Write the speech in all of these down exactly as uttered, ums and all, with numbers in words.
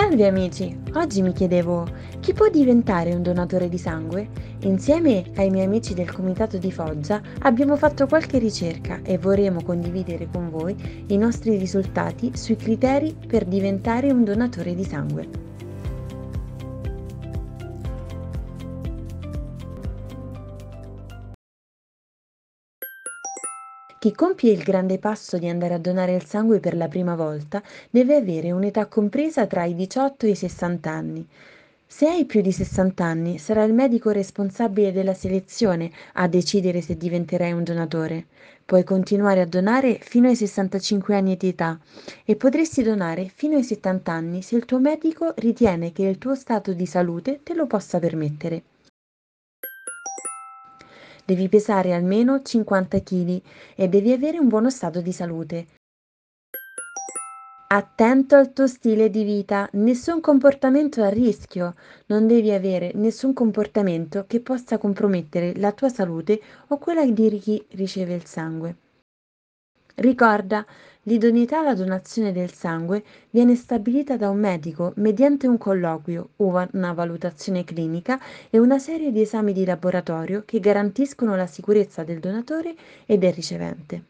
Salve amici, oggi mi chiedevo, chi può diventare un donatore di sangue? Insieme ai miei amici del Comitato di Foggia abbiamo fatto qualche ricerca e vorremmo condividere con voi i nostri risultati sui criteri per diventare un donatore di sangue. Chi compie il grande passo di andare a donare il sangue per la prima volta deve avere un'età compresa tra i diciotto e i sessanta anni. Se hai più di sessanta anni, sarà il medico responsabile della selezione a decidere se diventerai un donatore. Puoi continuare a donare fino ai sessantacinque anni di età e potresti donare fino ai settanta anni se il tuo medico ritiene che il tuo stato di salute te lo possa permettere. Devi pesare almeno cinquanta chili e devi avere un buono stato di salute. Attento al tuo stile di vita, nessun comportamento a rischio, non devi avere nessun comportamento che possa compromettere la tua salute o quella di chi riceve il sangue. Ricorda, l'idoneità alla donazione del sangue viene stabilita da un medico mediante un colloquio, una valutazione clinica e una serie di esami di laboratorio che garantiscono la sicurezza del donatore e del ricevente.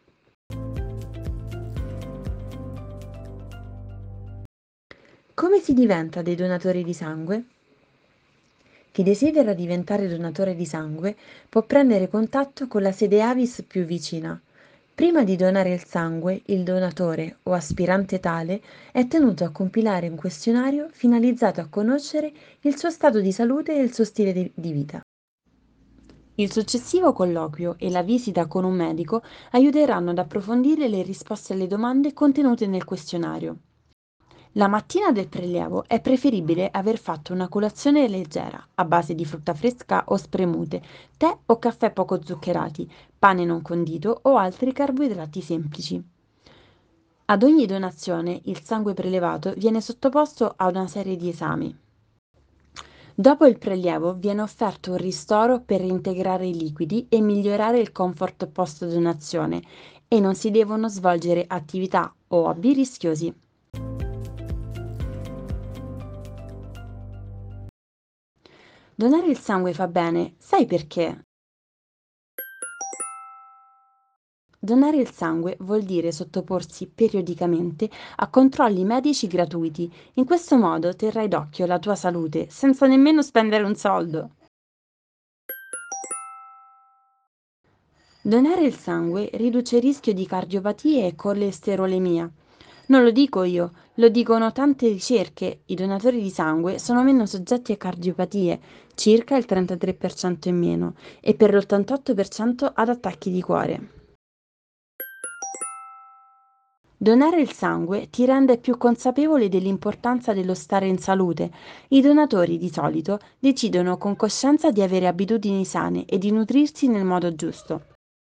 Come si diventa dei donatori di sangue? Chi desidera diventare donatore di sangue può prendere contatto con la sede Avis più vicina. Prima di donare il sangue, il donatore o aspirante tale è tenuto a compilare un questionario finalizzato a conoscere il suo stato di salute e il suo stile di di vita. Il successivo colloquio e la visita con un medico aiuteranno ad approfondire le risposte alle domande contenute nel questionario. La mattina del prelievo è preferibile aver fatto una colazione leggera, a base di frutta fresca o spremute, tè o caffè poco zuccherati, pane non condito o altri carboidrati semplici. Ad ogni donazione il sangue prelevato viene sottoposto a una serie di esami. Dopo il prelievo viene offerto un ristoro per reintegrare i liquidi e migliorare il comfort post-donazione e non si devono svolgere attività o hobby rischiosi. Donare il sangue fa bene, sai perché? Donare il sangue vuol dire sottoporsi periodicamente a controlli medici gratuiti. In questo modo terrai d'occhio la tua salute senza nemmeno spendere un soldo. Donare il sangue riduce il rischio di cardiopatie e colesterolemia. Non lo dico io, lo dicono tante ricerche. I donatori di sangue sono meno soggetti a cardiopatie, circa il trentatré per cento in meno, e per l'ottantotto per cento ad attacchi di cuore. Donare il sangue ti rende più consapevole dell'importanza dello stare in salute. I donatori di solito decidono con coscienza di avere abitudini sane e di nutrirsi nel modo giusto.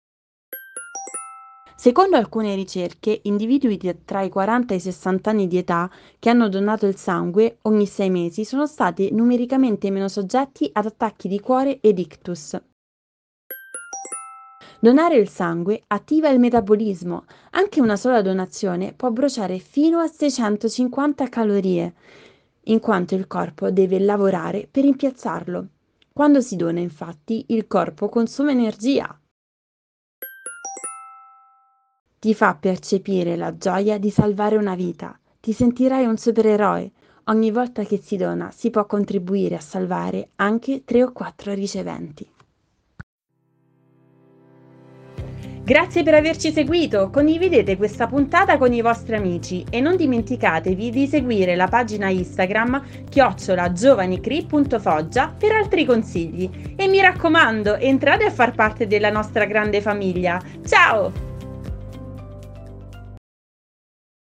Secondo alcune ricerche, individui di- tra i quaranta e i sessanta anni di età che hanno donato il sangue ogni sei mesi sono stati numericamente meno soggetti ad attacchi di cuore ed ictus. Donare il sangue attiva il metabolismo. Anche una sola donazione può bruciare fino a seicentocinquanta calorie, in quanto il corpo deve lavorare per rimpiazzarlo. Quando si dona, infatti, il corpo consuma energia. Ti fa percepire la gioia di salvare una vita. Ti sentirai un supereroe. Ogni volta che si dona si può contribuire a salvare anche tre o quattro riceventi. Grazie per averci seguito, condividete questa puntata con i vostri amici e non dimenticatevi di seguire la pagina Instagram chiocciola giovanicri punto foggia per altri consigli e mi raccomando, entrate a far parte della nostra grande famiglia. Ciao!